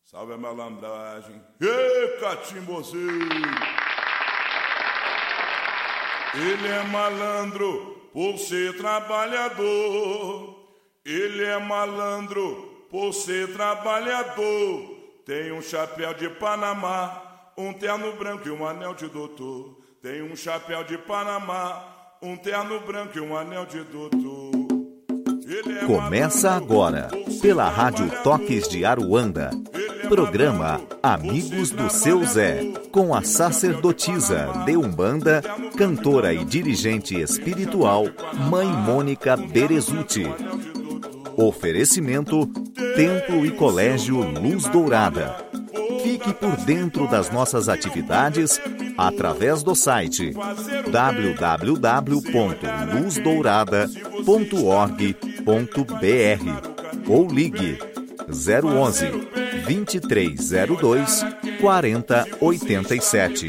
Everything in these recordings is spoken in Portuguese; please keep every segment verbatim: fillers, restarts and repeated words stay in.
Salve a malandragem. Ê, catimbozeiro. Ele é malandro por ser trabalhador. Ele é malandro por ser trabalhador. Tem um chapéu de Panamá, um terno branco e um anel de doutor. Tem um chapéu de Panamá, um terno branco e um anel de doutor. É Começa agora, pela Rádio Toques de Aruanda, programa Amigos do Seu Zé, com a sacerdotisa de Umbanda, cantora e dirigente espiritual, Mãe Mônica Berezutti. Oferecimento, Templo e Colégio Luz Dourada. Fique por dentro das nossas atividades através do site w w w ponto luz dourada ponto org ponto b r ou ligue zero onze, vinte e três zero dois, quarenta, oitenta e sete.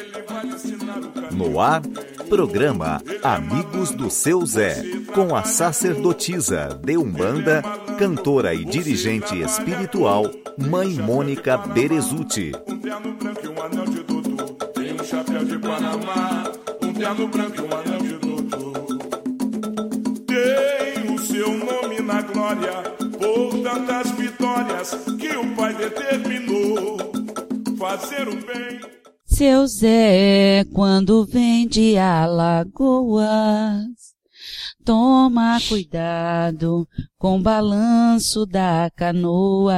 No ar, programa Amigos do Seu Zé, com a sacerdotisa de Umbanda, cantora e dirigente espiritual, Mãe Mônica Berezutti. Um terno branco e um anel de doutor. Tem um chapéu de Panamá, um terno branco e um anel de doutor. Tem o seu nome na glória, por tantas vitórias que o Pai determinou. Fazer o bem. Seu Zé, quando vem de Alagoas, toma cuidado com o balanço da canoa.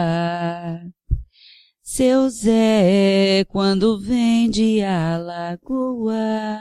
Seu Zé, quando vem de Alagoas,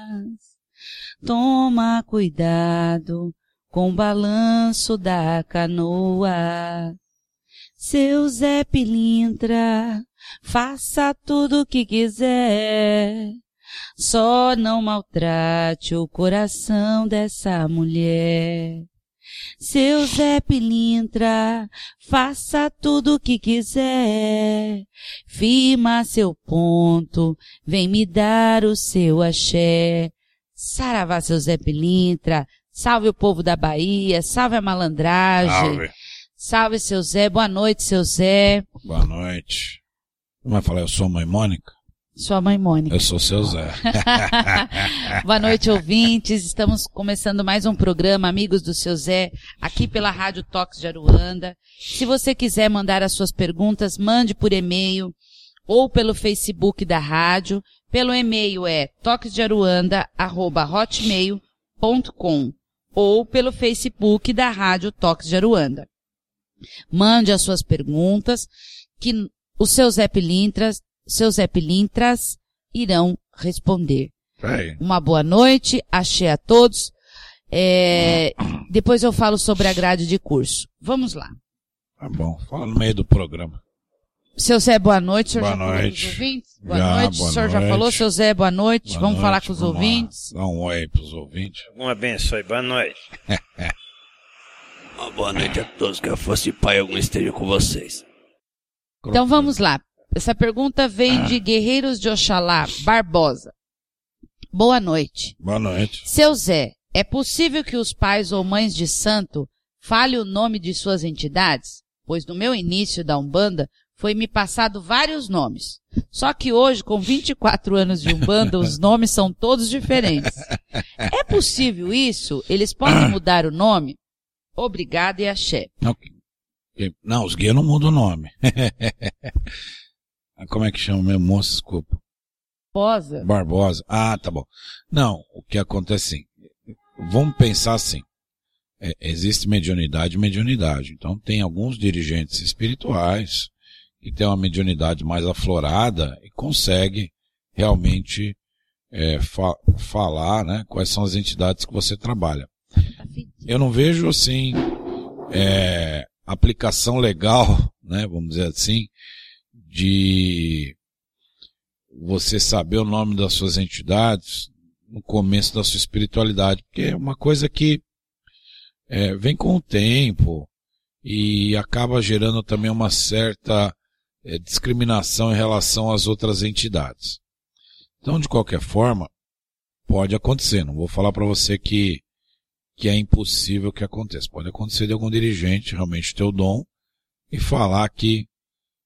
toma cuidado com o balanço da canoa. Seu Zé Pilintra, faça tudo o que quiser, só não maltrate o coração dessa mulher. Seu Zé Pilintra, faça tudo o que quiser, firma seu ponto, vem me dar o seu axé. Saravá, seu Zé Pilintra, salve o povo da Bahia, salve a malandragem. Salve. Salve, seu Zé, boa noite, seu Zé. Boa noite. Como vai falar? Eu sou a Mãe Mônica? Sua Mãe Mônica. Eu sou seu Zé. Boa noite, ouvintes. Estamos começando mais um programa Amigos do Seu Zé, aqui pela Rádio Toques de Aruanda. Se você quiser mandar as suas perguntas, mande por e-mail ou pelo Facebook da rádio. Pelo e-mail é toquesdearuanda arroba hotmail ponto com ou pelo Facebook da Rádio Toques de Aruanda. Mande as suas perguntas que os seus Zé Pilintras, seus Zé Pilintras irão responder. Aí. Uma boa noite, axé a todos. É, depois eu falo sobre a grade de curso. Vamos lá. Tá bom, fala no meio do programa. Seu Zé, boa noite. O senhor boa já falou noite. com os ouvintes? Boa Já, noite. boa O senhor noite. já falou? Seu Zé, boa noite. Boa Vamos noite, falar com os vamos lá. ouvintes? Dá um oi pros ouvintes. Um abençoe, boa noite. Uma boa noite a todos, que eu fosse pai algum esteja com vocês. Então vamos lá. Essa pergunta vem de Guerreiros de Oxalá, Barbosa. Boa noite. Boa noite. Seu Zé, é possível que os pais ou mães de santo falem o nome de suas entidades? Pois no meu início da Umbanda foi-me passado vários nomes. Só que hoje, com vinte e quatro anos de Umbanda, os nomes são todos diferentes. É possível isso? Eles podem mudar o nome? Obrigado e axé. Okay. Não, os guias não mudam o nome. Como é que chama mesmo, moço? Desculpa. Barbosa? Barbosa. Ah, tá bom. Não, o que acontece assim, vamos pensar assim, é, existe mediunidade e mediunidade. Então tem alguns dirigentes espirituais que têm uma mediunidade mais aflorada e consegue realmente é, fa- falar, né, quais são as entidades que você trabalha. Eu não vejo assim é, aplicação legal, né, vamos dizer assim, de você saber o nome das suas entidades no começo da sua espiritualidade, porque é uma coisa que é, vem com o tempo e acaba gerando também uma certa é, discriminação em relação às outras entidades. Então, de qualquer forma, pode acontecer. Não vou falar para você que que é impossível que aconteça. Pode acontecer de algum dirigente realmente ter o dom e falar que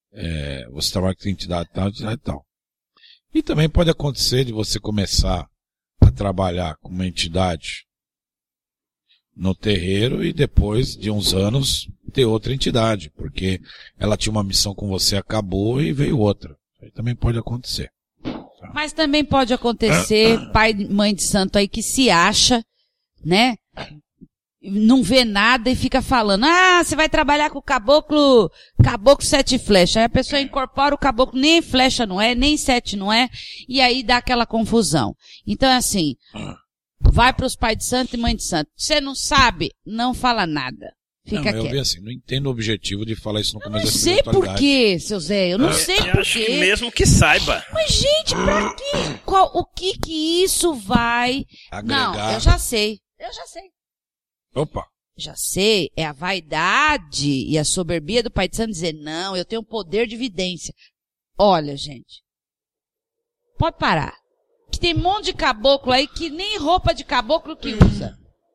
é, você trabalha com entidade tal, entidade tal. E também pode acontecer de você começar a trabalhar com uma entidade no terreiro e depois de uns anos ter outra entidade, porque ela tinha uma missão com você, acabou e veio outra. Isso aí também pode acontecer. Tá? Mas também pode acontecer pai e mãe de santo aí que se acha, né? Não vê nada e fica falando, ah, você vai trabalhar com o caboclo, caboclo sete flechas. Aí a pessoa incorpora o caboclo, nem flecha não é, nem sete não é, e aí dá aquela confusão. Então é assim, vai para os pais de santo e mãe de santo. Você não sabe, não fala nada. Fica não, eu quieto. vi assim, não entendo o objetivo de falar isso no começo da Eu não sei por quê, seu Zé, eu não eu, sei eu por acho quê. que mesmo que saiba. Mas gente, pra quê? Qual, o que que isso vai... agregar. Não, eu já sei, eu já sei. Opa. Já sei, é a vaidade e a soberbia do pai de santo dizer, não, eu tenho poder de vidência. Olha, gente, pode parar. Que tem um monte de caboclo aí que nem roupa de caboclo que usa.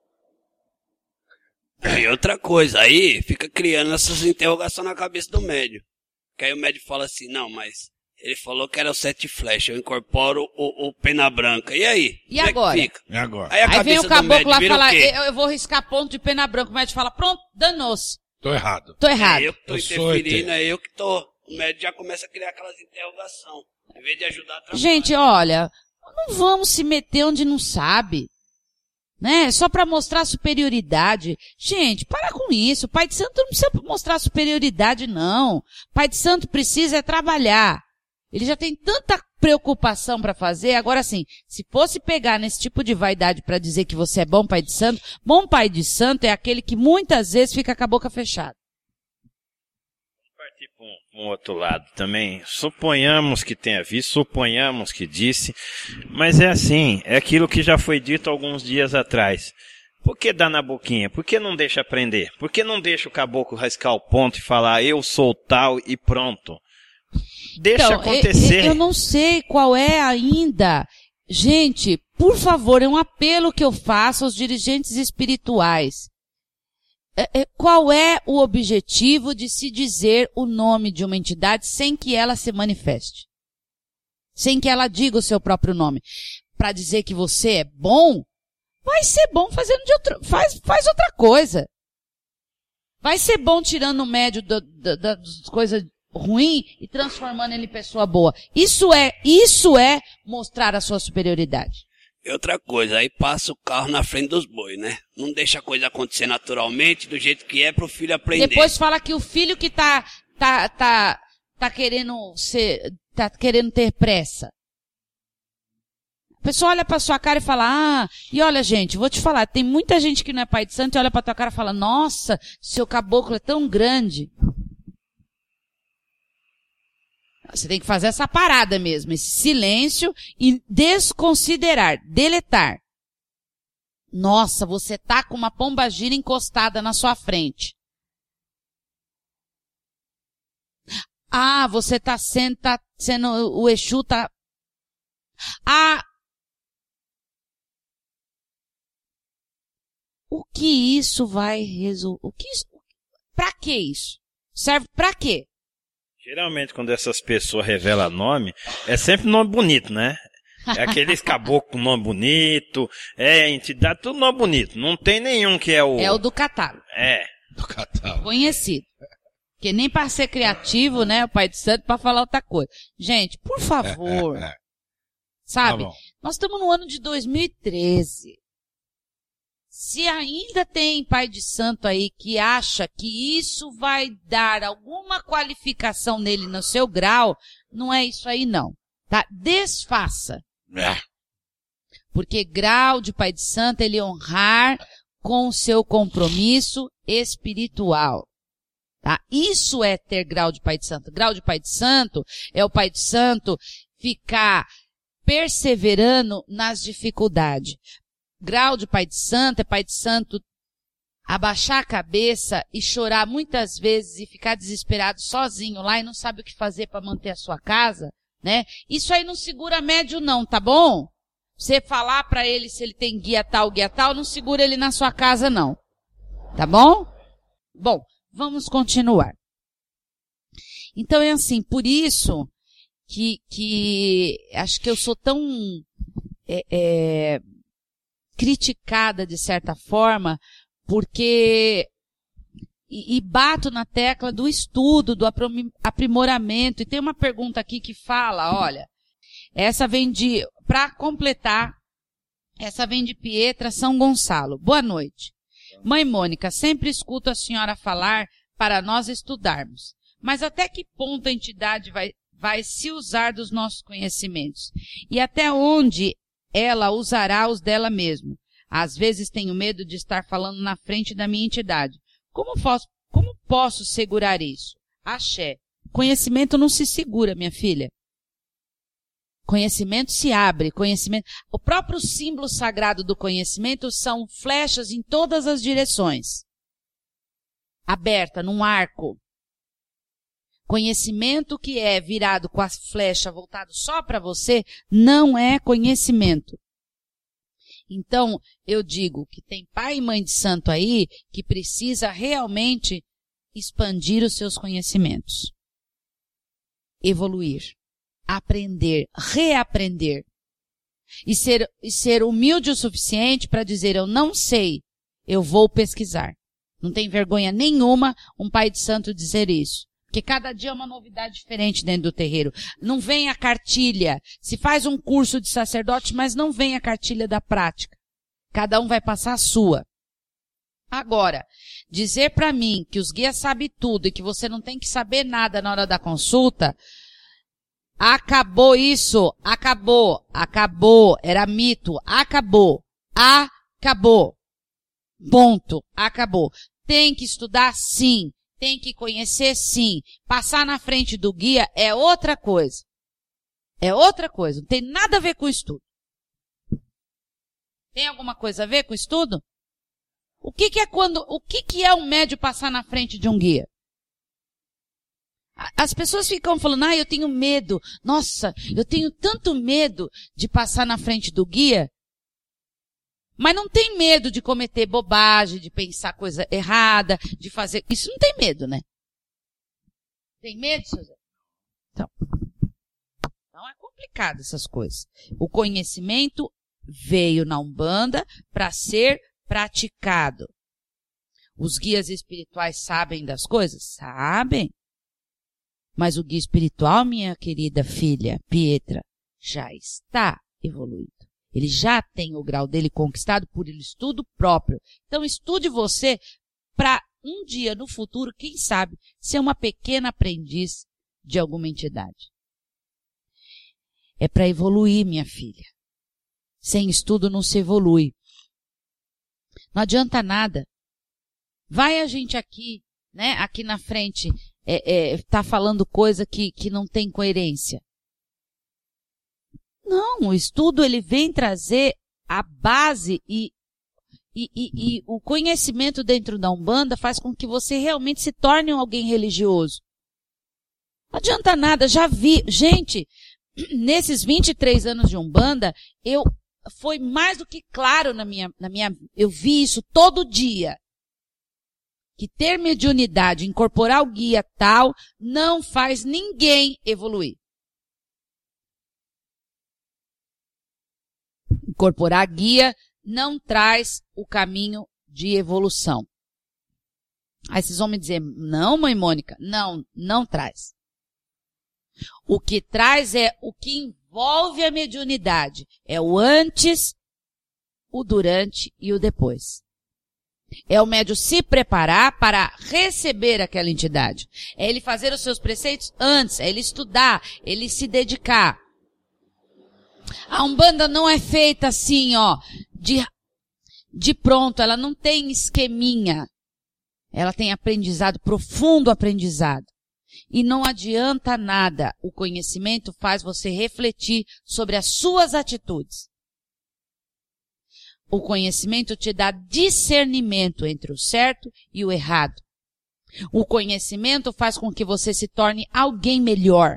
E outra coisa, aí fica criando essas interrogações na cabeça do médium. Que aí o médium fala assim, não, mas ele falou que era o sete flechas, eu incorporo o, o pena branca. E aí? E Como agora? É que fica? E agora? Aí, a Aí vem cabeça o do caboclo médium lá vira o falar, quê? eu, eu vou riscar ponto de pena branca. O médico fala, pronto, danou-se. Tô errado. Tô errado. É eu que tô Eu sou interferindo, E T. é eu que tô. O médium já começa a criar aquelas interrogações. Em vez de ajudar, atrapalha. Gente, olha, não vamos se meter onde não sabe. Né? Só para mostrar superioridade. Gente, para com isso. Pai de santo não precisa mostrar superioridade, não. Pai de santo precisa é trabalhar. Ele já tem tanta preocupação para fazer. Agora, assim, se fosse pegar nesse tipo de vaidade para dizer que você é bom pai de santo, bom pai de santo é aquele que muitas vezes fica com a boca fechada. Partir para um, um outro lado também. Suponhamos que tenha visto, suponhamos que disse, mas é assim, é aquilo que já foi dito alguns dias atrás. Por que dá na boquinha? Por que não deixa aprender? Por que não deixa o caboclo rascar o ponto e falar eu sou tal e pronto? Deixa então, acontecer. Eu, eu não sei qual é ainda. Gente, por favor, é um apelo que eu faço aos dirigentes espirituais. É, é, qual é o objetivo de se dizer o nome de uma entidade sem que ela se manifeste? Sem que ela diga o seu próprio nome? Para dizer que você é bom? Vai ser bom fazendo de outra, faz, faz outra coisa. Vai ser bom tirando o médio do, do, das coisas ruim e transformando ele em pessoa boa. Isso é, isso é mostrar a sua superioridade. E outra coisa, aí passa o carro na frente dos bois, né? Não deixa a coisa acontecer naturalmente, do jeito que é, pro filho aprender. Depois fala que o filho que tá, tá, tá, tá querendo ser, tá querendo ter pressa. A pessoa olha pra sua cara e fala, ah, e olha gente, vou te falar, tem muita gente que não é pai de santo e olha pra tua cara e fala, nossa, seu caboclo é tão grande. Você tem que fazer essa parada mesmo, esse silêncio e desconsiderar, deletar. Nossa, você tá com uma pombagira encostada na sua frente. Ah, você tá sendo, tá sendo, o Exu tá... Ah... O que isso vai resolver? O que isso... Pra que isso? Serve pra quê? Geralmente, quando essas pessoas revelam nome, é sempre nome bonito, né? É aqueles caboclos com nome bonito, é entidade, tudo nome bonito. Não tem nenhum que é o... É o do catálogo. É. Do catálogo. Conhecido. Porque nem para ser criativo, né, o pai de santo, para falar outra coisa. Gente, por favor. É, é, é. Sabe? Tá bom. Nós estamos no ano de dois mil e treze. Se ainda tem pai de santo aí que acha que isso vai dar alguma qualificação nele no seu grau, não é isso aí não, tá? Desfaça. É. Porque grau de pai de santo é ele honrar com o seu compromisso espiritual, tá? Isso é ter grau de pai de santo. Grau de pai de santo é o pai de santo ficar perseverando nas dificuldades. Grau de pai de santo é pai de santo abaixar a cabeça e chorar muitas vezes e ficar desesperado sozinho lá e não sabe o que fazer para manter a sua casa, né? Isso aí não segura médio não, tá bom? Você falar para ele se ele tem guia tal, guia tal, não segura ele na sua casa não. Tá bom? Bom, vamos continuar. Então é assim, por isso que, que acho que eu sou tão é, é, criticada de certa forma, porque e, e bato na tecla do estudo, do aprimoramento. E tem uma pergunta aqui que fala, olha, essa vem de, para completar, essa vem de Pietra, São Gonçalo. Boa noite. Mãe Mônica, sempre escuto a senhora falar para nós estudarmos. Mas até que ponto a entidade vai, vai se usar dos nossos conhecimentos? E até onde ela usará os dela mesma? Às vezes tenho medo de estar falando na frente da minha entidade. Como posso, como posso segurar isso? Axé. Conhecimento não se segura, minha filha. Conhecimento se abre, conhecimento. O próprio símbolo sagrado do conhecimento são flechas em todas as direções. Aberta, num arco. Conhecimento que é virado com a flecha voltado só para você, não é conhecimento. Então, eu digo que tem pai e mãe de santo aí que precisa realmente expandir os seus conhecimentos. Evoluir. Aprender, reaprender. E ser, e ser humilde o suficiente para dizer, eu não sei, eu vou pesquisar. Não tem vergonha nenhuma um pai de santo dizer isso. Porque cada dia é uma novidade diferente dentro do terreiro. Não vem a cartilha. Se faz um curso de sacerdote, mas não vem a cartilha da prática. Cada um vai passar a sua. Agora, dizer para mim que os guias sabem tudo e que você não tem que saber nada na hora da consulta, acabou isso. Acabou. Acabou. Era mito. Acabou. Acabou. Ponto. Acabou. Tem que estudar, sim. Tem que conhecer, sim. Passar na frente do guia é outra coisa. É outra coisa. Não tem nada a ver com o estudo. Tem alguma coisa a ver com o estudo? O que que é quando, o que que é um médium passar na frente de um guia? As pessoas ficam falando, ah, eu tenho medo. Nossa, eu tenho tanto medo de passar na frente do guia. Mas não tem medo de cometer bobagem, de pensar coisa errada, de fazer... Isso não tem medo, né? Tem medo, seu Zé? Então, então é complicado essas coisas. O conhecimento veio na Umbanda para ser praticado. Os guias espirituais sabem das coisas? Sabem. Mas o guia espiritual, minha querida filha Pietra, já está evoluído. Ele já tem o grau dele conquistado por estudo próprio. Então estude você para um dia no futuro, quem sabe, ser uma pequena aprendiz de alguma entidade. É para evoluir, minha filha. Sem estudo não se evolui. Não adianta nada. Vai a gente aqui, né, aqui na frente, é, é, tá falando coisa que, que não tem coerência. Não, o estudo ele vem trazer a base e, e, e, e o conhecimento dentro da Umbanda faz com que você realmente se torne alguém religioso. Não adianta nada, já vi. Gente, nesses vinte e três anos de Umbanda, eu, foi mais do que claro na minha, na minha, eu vi isso todo dia. Que ter mediunidade, incorporar o guia tal, não faz ninguém evoluir. Incorporar guia não traz o caminho de evolução. Aí vocês vão me dizer, não, mãe Mônica, não, não traz. O que traz é o que envolve a mediunidade. É o antes, o durante e o depois. É o médium se preparar para receber aquela entidade. É ele fazer os seus preceitos antes, é ele estudar, ele se dedicar. A Umbanda não é feita assim, ó, de, de pronto, ela não tem esqueminha. Ela tem aprendizado, profundo aprendizado. E não adianta nada, o conhecimento faz você refletir sobre as suas atitudes. O conhecimento te dá discernimento entre o certo e o errado. O conhecimento faz com que você se torne alguém melhor.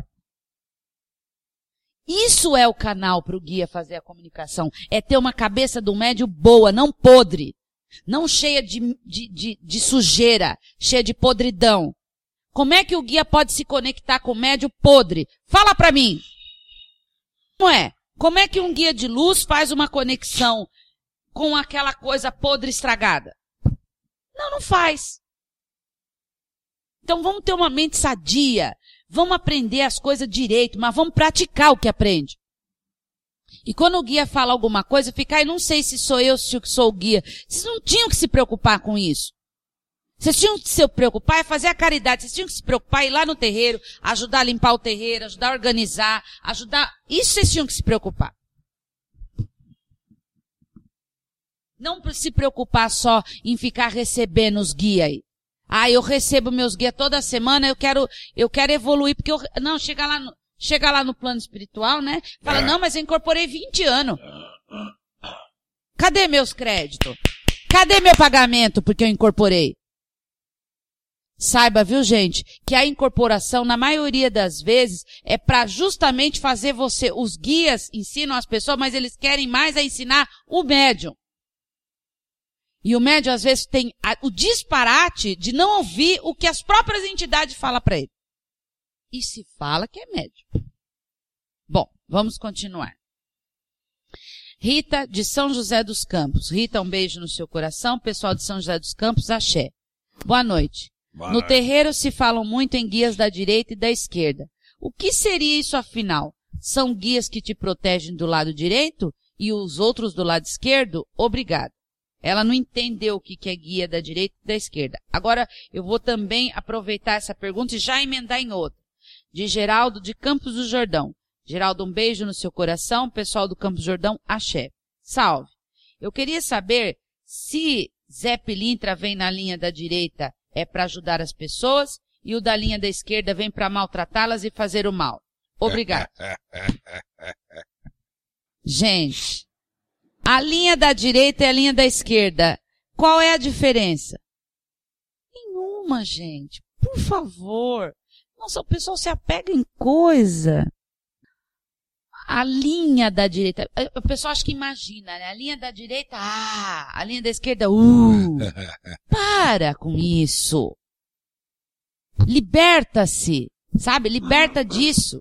Isso é o canal para o guia fazer a comunicação. É ter uma cabeça do médium boa, não podre. Não cheia de, de, de, de sujeira, cheia de podridão. Como é que o guia pode se conectar com o médium podre? Fala pra mim. Como é? Como é que um guia de luz faz uma conexão com aquela coisa podre estragada? Não, não faz. Então vamos ter uma mente sadia. Vamos aprender as coisas direito, mas vamos praticar o que aprende. E quando o guia fala alguma coisa, fica, ai, não sei se sou eu, se sou o guia. Vocês não tinham que se preocupar com isso. Vocês tinham que se preocupar em fazer a caridade. Vocês tinham que se preocupar em ir lá no terreiro, ajudar a limpar o terreiro, ajudar a organizar, ajudar... Isso vocês tinham que se preocupar. Não se preocupar só em ficar recebendo os guias aí. Ah, eu recebo meus guias toda semana, eu quero, eu quero evoluir, porque eu... Não, chega lá no, chega lá no plano espiritual, né? Fala, não, mas eu incorporei vinte anos. Cadê meus créditos? Cadê meu pagamento porque eu incorporei? Saiba, viu, gente, que a incorporação, na maioria das vezes, é para justamente fazer você... Os guias ensinam as pessoas, mas eles querem mais a ensinar o médium. E o médium, às vezes, tem a, o disparate de não ouvir o que as próprias entidades falam para ele. E se fala que é médium. Bom, vamos continuar. Rita, de São José dos Campos. Rita, um beijo no seu coração. Pessoal de São José dos Campos, axé. Boa noite. Boa no noite. Terreiro se falam muito em guias da direita e da esquerda. O que seria isso, afinal? São guias que te protegem do lado direito e os outros do lado esquerdo? Obrigado. Ela não entendeu o que é guia da direita e da esquerda. Agora, eu vou também aproveitar essa pergunta e já emendar em outra. De Geraldo, de Campos do Jordão. Geraldo, um beijo no seu coração. Pessoal do Campos do Jordão, axé. Salve. Eu queria saber se Zé Pilintra vem na linha da direita é para ajudar as pessoas e o da linha da esquerda vem para maltratá-las e fazer o mal. Obrigado. Gente... A linha da direita e a linha da esquerda. Qual é a diferença? Nenhuma, gente. Por favor. Nossa, o pessoal se apega em coisa. A linha da direita... O pessoal acha que imagina, né? A linha da direita, ah! A linha da esquerda, uh! Para com isso. Liberta-se. Sabe? Liberta disso.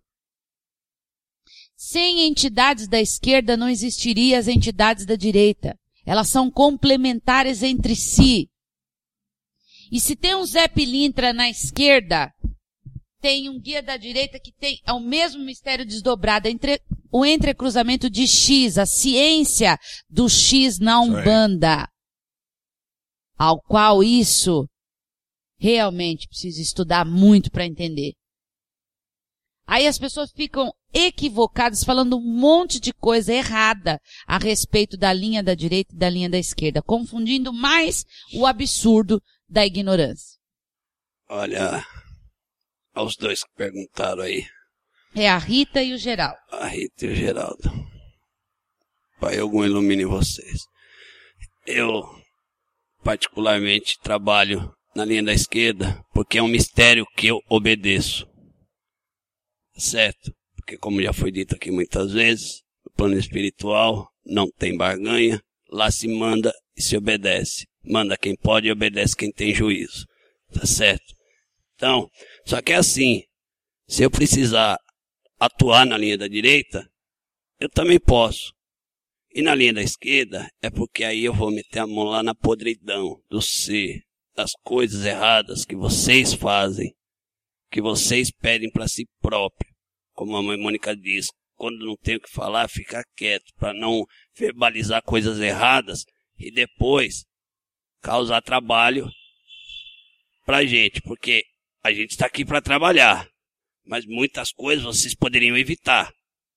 Sem entidades da esquerda não existiriam as entidades da direita. Elas são complementares entre si. E se tem um Zé Pilintra na esquerda, tem um guia da direita que tem é o mesmo mistério desdobrado, entre, o entrecruzamento de X, a ciência do X na Umbanda. Ao qual isso realmente precisa estudar muito para entender. Aí as pessoas ficam equivocadas, falando um monte de coisa errada a respeito da linha da direita e da linha da esquerda, confundindo mais o absurdo da ignorância. Olha, aos dois que perguntaram aí. É a Rita e o Geraldo. A Rita e o Geraldo. Pai, algum ilumine vocês. Eu, particularmente, trabalho na linha da esquerda porque é um mistério que eu obedeço. Certo? Porque como já foi dito aqui muitas vezes, no plano espiritual não tem barganha, lá se manda e se obedece. Manda quem pode e obedece quem tem juízo. Tá certo? Então, só que é assim, se eu precisar atuar na linha da direita, eu também posso. E na linha da esquerda, é porque aí eu vou meter a mão lá na podridão do ser, das coisas erradas que vocês fazem, que vocês pedem para si próprio. Como a mãe Mônica diz, quando não tem o que falar, fica quieto, para não verbalizar coisas erradas e depois causar trabalho pra gente, porque a gente está aqui para trabalhar, mas muitas coisas vocês poderiam evitar.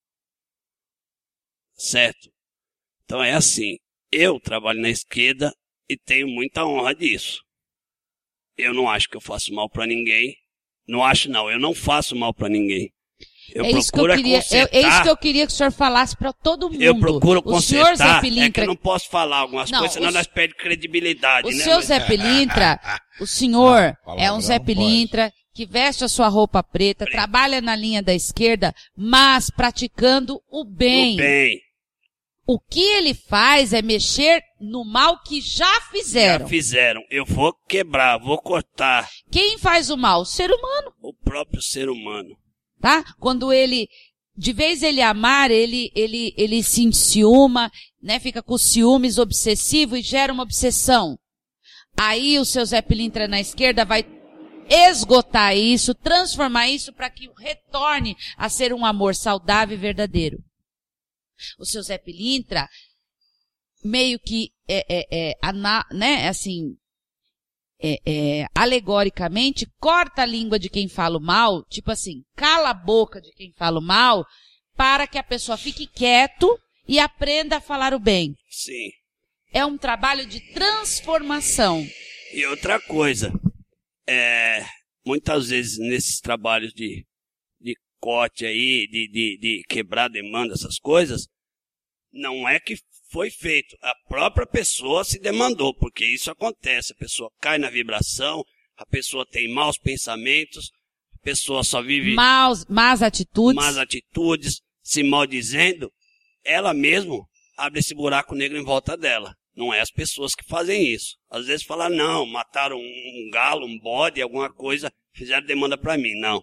Certo? Então é assim, eu trabalho na esquerda e tenho muita honra disso. Eu não acho que eu faço mal para ninguém. Não acho não, eu não faço mal para ninguém. Eu é, isso que eu queria, é, é isso que eu queria que o senhor falasse para todo mundo. Eu procuro consertar, o senhor Zé Pilintra... é que eu não posso falar algumas não, coisas, senão o... nós perdemos credibilidade. O né, senhor mas... Zé Pilintra, o senhor não, é um Zé Pilintra que veste a sua roupa preta, Preto. Trabalha na linha da esquerda, mas praticando o bem. O bem. O que ele faz é mexer no mal que já fizeram. Já fizeram. Eu vou quebrar, vou cortar. Quem faz o mal? O ser humano. O próprio ser humano. Tá? Quando ele, de vez ele amar, ele, ele, ele se enciuma, né? Fica com ciúmes obsessivo e gera uma obsessão. Aí o seu Zé Pilintra na esquerda vai esgotar isso, transformar isso para que retorne a ser um amor saudável e verdadeiro. O seu Zé Pilintra, meio que, é, é, é, ana, né, assim, é, é, alegoricamente, corta a língua de quem fala o mal, tipo assim, cala a boca de quem fala o mal, para que a pessoa fique quieto e aprenda a falar o bem. Sim. É um trabalho de transformação. E outra coisa, é, muitas vezes nesses trabalhos de corte aí, de, de, de quebrar demanda, essas coisas, não é que foi feito. A própria pessoa se demandou, porque isso acontece. A pessoa cai na vibração, a pessoa tem maus pensamentos, a pessoa só vive... Maus, más atitudes. Más atitudes, se maldizendo. Ela mesmo abre esse buraco negro em volta dela. Não é as pessoas que fazem isso. Às vezes fala, não, mataram um galo, um bode, alguma coisa, fizeram demanda para mim. Não.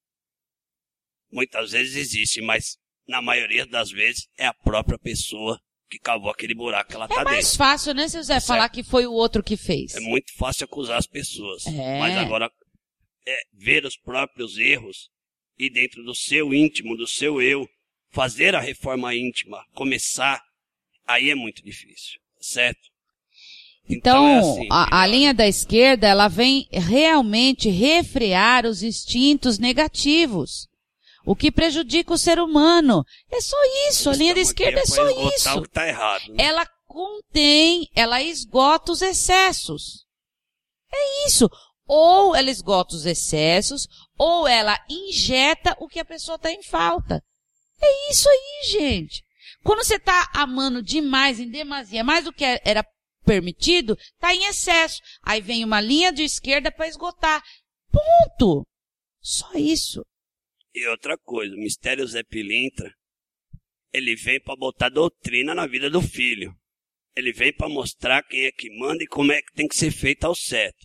Muitas vezes existe, mas na maioria das vezes é a própria pessoa que cavou aquele buraco que ela é tá dentro. É mais fácil, né, seu Zé, certo. Falar que foi o outro que fez. É muito fácil acusar as pessoas. É. Mas agora, é, ver os próprios erros e dentro do seu íntimo, do seu eu, fazer a reforma íntima, começar, aí é muito difícil, certo? Então, então é assim, a, a linha da esquerda, ela vem realmente refrear os instintos negativos. O que prejudica o ser humano. É só isso. A linha da esquerda é só isso. O que tá errado, né? Ela contém, ela esgota os excessos. É isso. Ou ela esgota os excessos, ou ela injeta o que a pessoa está em falta. É isso aí, gente. Quando você está amando demais, em demasia, mais do que era permitido, está em excesso. Aí vem uma linha de esquerda para esgotar. Ponto. Só isso. E outra coisa, o mistério Zé Pilintra, ele vem para botar doutrina na vida do filho. Ele vem para mostrar quem é que manda e como é que tem que ser feito ao certo.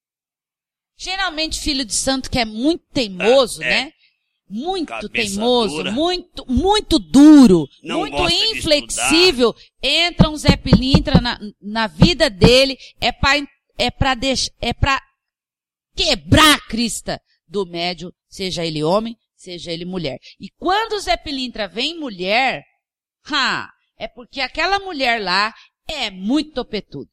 Geralmente filho de santo que é muito teimoso, ah, é. né? Muito Cabeça teimoso, dura. muito muito duro, Não muito inflexível. Entra um Zé Pilintra na, na vida dele, é para é pra deixar, é pra quebrar a crista do médium, seja ele homem, seja ele mulher. E quando o Zé Pilintra vem mulher, ha, é porque aquela mulher lá é muito topetuda.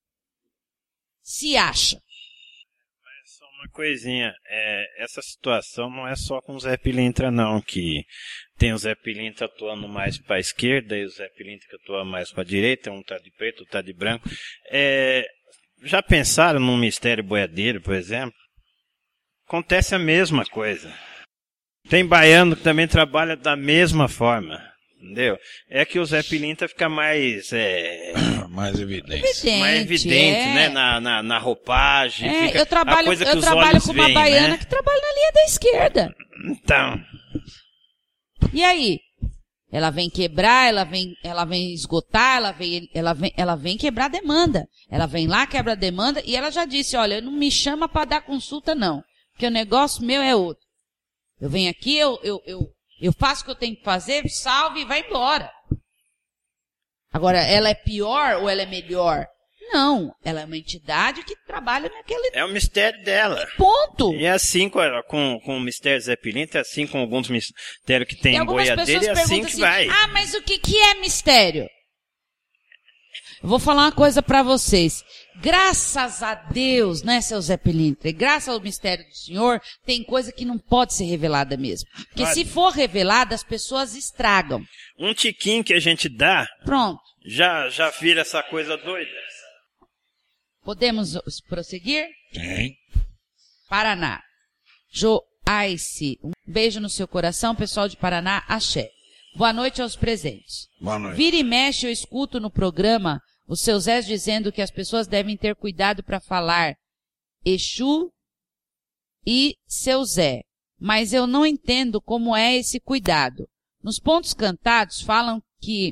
Se acha. Mas só uma coisinha, é, essa situação não é só com o Zé Pilintra não, que tem o Zé Pilintra atuando mais para a esquerda e o Zé Pilintra que atua mais para a direita, um tá de preto, outro tá de branco. É, já pensaram num mistério boiadeiro, por exemplo? Acontece a mesma coisa. Tem baiano que também trabalha da mesma forma, entendeu? É que o Zé Pilintra fica mais... É, mais evidente. evidente mais evidente, é. né? Na, na, na roupagem. É, fica eu trabalho, a coisa que eu os trabalho olhos com uma veem, baiana né? que trabalha na linha da esquerda. Então... E aí? Ela vem quebrar, ela vem, ela vem esgotar, ela vem, ela vem, ela vem quebrar a demanda. Ela vem lá, quebra a demanda e ela já disse, olha, não me chama para dar consulta não. Porque o negócio meu é outro. Eu venho aqui, eu, eu, eu, eu faço o que eu tenho que fazer, salve e vai embora. Agora, ela é pior ou ela é melhor? Não, ela é uma entidade que trabalha naquele... É o mistério dela. Ponto. E é assim com, com, com o mistério Zé Pilintra, é assim com alguns mistérios que tem em boiadeiro, é assim que assim, vai. Ah, mas o que, que é mistério? Eu vou falar uma coisa para vocês. Graças a Deus, né, seu Zé Pilintra? Graças ao mistério do Senhor, tem coisa que não pode ser revelada mesmo. Porque Olha, se for revelada, as pessoas estragam. Um tiquinho que a gente dá, pronto, já, já vira essa coisa doida. Podemos prosseguir? Tem. Paraná. Joaice. Um beijo no seu coração, pessoal de Paraná. Axé. Boa noite aos presentes. Boa noite. Vira e mexe, eu escuto no programa os seus Zés dizendo que as pessoas devem ter cuidado para falar Exu e seu Zé. Mas eu não entendo como é esse cuidado. Nos pontos cantados falam que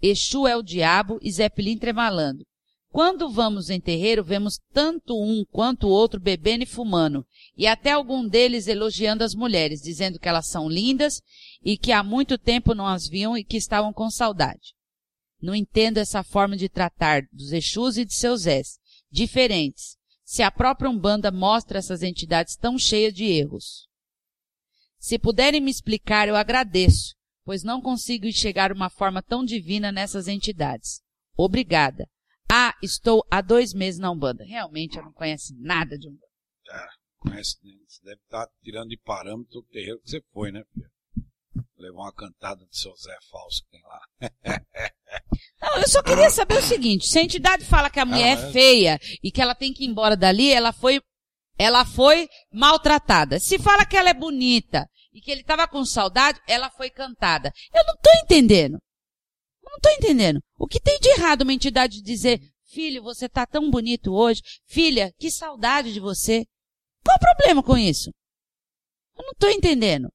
Exu é o diabo e Zé Pilintra é malandro. Quando vamos em terreiro, vemos tanto um quanto o outro bebendo e fumando, e até algum deles elogiando as mulheres, dizendo que elas são lindas e que há muito tempo não as viam e que estavam com saudade. Não entendo essa forma de tratar dos Exus e de seus Zés, diferentes, se a própria Umbanda mostra essas entidades tão cheias de erros. Se puderem me explicar, eu agradeço, pois não consigo enxergar uma forma tão divina nessas entidades. Obrigada. Ah, estou há dois meses na Umbanda. Realmente eu não conheço nada de Umbanda. É, conhece, você deve estar tirando de parâmetro o terreiro que você foi, né, filho? Levar uma cantada do seu Zé falso que tem lá. Não, eu só queria saber o seguinte, se a entidade fala que a mulher ah, é feia e que ela tem que ir embora dali, ela foi, ela foi maltratada. Se fala que ela é bonita e que ele estava com saudade, ela foi cantada. Eu não estou entendendo. Não estou entendendo. O que tem de errado uma entidade dizer, filho, você está tão bonito hoje, filha, que saudade de você. Qual o problema com isso? Eu não estou entendendo.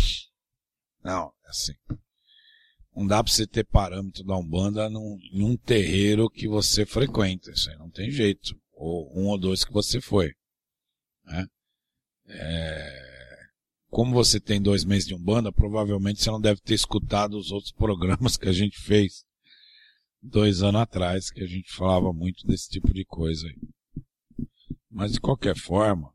Não, é assim. Não dá para você ter parâmetro da Umbanda num, num terreiro que você frequenta. Isso aí não tem jeito. Ou um ou dois que você foi. Né? É... Como você tem dois meses de Umbanda, provavelmente você não deve ter escutado os outros programas que a gente fez dois anos atrás, que a gente falava muito desse tipo de coisa aí. Mas de qualquer forma,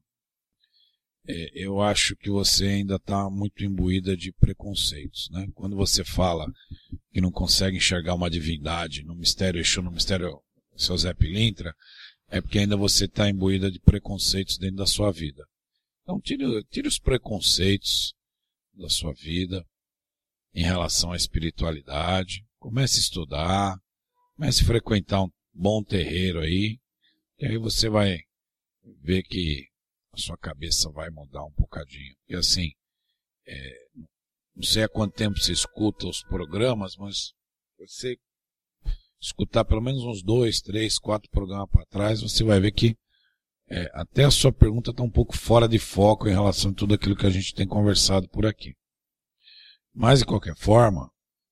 é, eu acho que você ainda está muito imbuída de preconceitos, né? Quando você fala que não consegue enxergar uma divindade no mistério Exu, no mistério seu Zé Pilintra, é porque ainda você está imbuída de preconceitos dentro da sua vida. Então tire, tire os preconceitos da sua vida em relação à espiritualidade, comece a estudar, comece a frequentar um bom terreiro aí, e aí você vai ver que a sua cabeça vai mudar um bocadinho. E assim, é, não sei há quanto tempo você escuta os programas, mas você escutar pelo menos uns dois, três, quatro programas para trás, você vai ver que É, até a sua pergunta está um pouco fora de foco em relação a tudo aquilo que a gente tem conversado por aqui. Mas, de qualquer forma,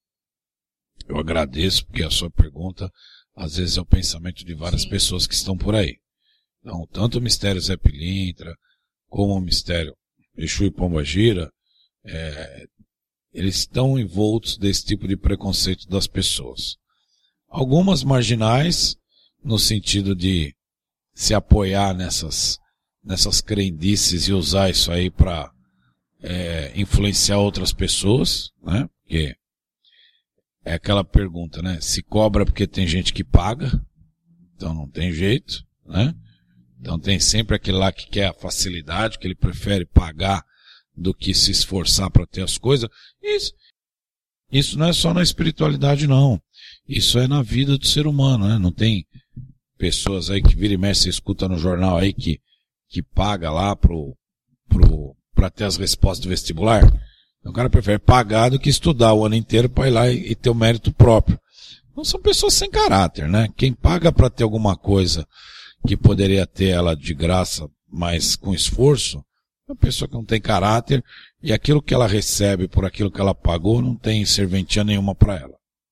eu agradeço, porque a sua pergunta, às vezes, é o pensamento de várias Sim. pessoas que estão por aí. Então, tanto o mistério Zé Pilintra, como o mistério Exu e Pombagira, é, eles estão envoltos desse tipo de preconceito das pessoas. Algumas marginais, no sentido de se apoiar nessas, nessas crendices e usar isso aí para é, influenciar outras pessoas, né? Porque é aquela pergunta, né? Se cobra porque tem gente que paga, então não tem jeito, né? Então tem sempre aquele lá que quer a facilidade, que ele prefere pagar do que se esforçar para ter as coisas. Isso, isso não é só na espiritualidade, não. Isso é na vida do ser humano, né? Não tem pessoas aí que vira e mexe, você escuta no jornal aí que, que paga lá pro, pro, pra ter as respostas do vestibular. Então, o cara prefere pagar do que estudar o ano inteiro para ir lá e, e ter o mérito próprio. Então são pessoas sem caráter, né? Quem paga para ter alguma coisa que poderia ter ela de graça, mas com esforço, é uma pessoa que não tem caráter e aquilo que ela recebe por aquilo que ela pagou não tem serventia nenhuma para ela.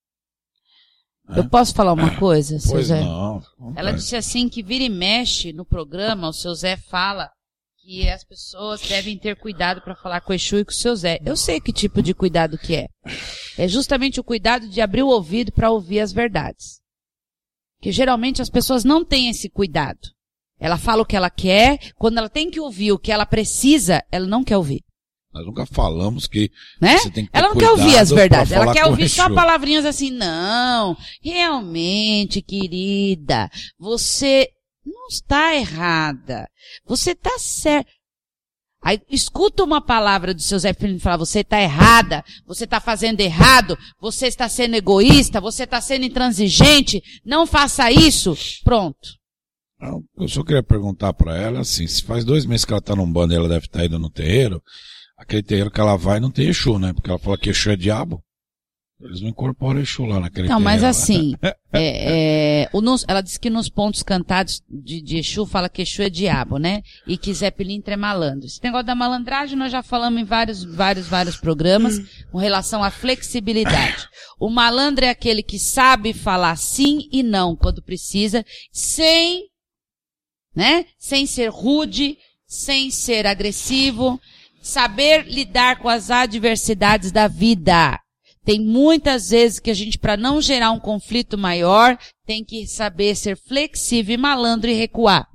Eu posso falar uma coisa, seu Pois Zé? não. Ela disse assim que vira e mexe no programa, o seu Zé fala que as pessoas devem ter cuidado para falar com o Exu e com o seu Zé. Eu sei que tipo de cuidado que é. É justamente o cuidado de abrir o ouvido para ouvir as verdades. Que geralmente as pessoas não têm esse cuidado. Ela fala o que ela quer, quando ela tem que ouvir o que ela precisa, ela não quer ouvir. Nós nunca falamos que né? você tem que ter ela não quer ouvir as verdades, ela quer ouvir só Exu. palavrinhas assim, não, realmente, querida, você não está errada, você está certa. Aí escuta uma palavra do seu Zé Pilintra e fala, você está errada, você está fazendo errado, você está sendo egoísta, você está sendo intransigente, não faça isso, pronto. Eu só queria perguntar para ela assim, se faz dois meses que ela está num bando e ela deve estar indo no terreiro, aquele terreiro que ela vai não tem Exu, né? Porque ela fala que Exu é diabo. Eles não incorporam Exu lá naquele não, terreiro. Não, mas assim, é, é, o nos, ela disse que nos pontos cantados de, de Exu fala que Exu é diabo, né? E que Zé Pilintra é malandro. Esse negócio da malandragem nós já falamos em vários, vários, vários programas. com relação à flexibilidade. O malandro é aquele que sabe falar sim e não quando precisa, sem, né, sem ser rude, sem ser agressivo, saber lidar com as adversidades da vida. Tem muitas vezes que a gente, para não gerar um conflito maior, tem que saber ser flexível e malandro e recuar.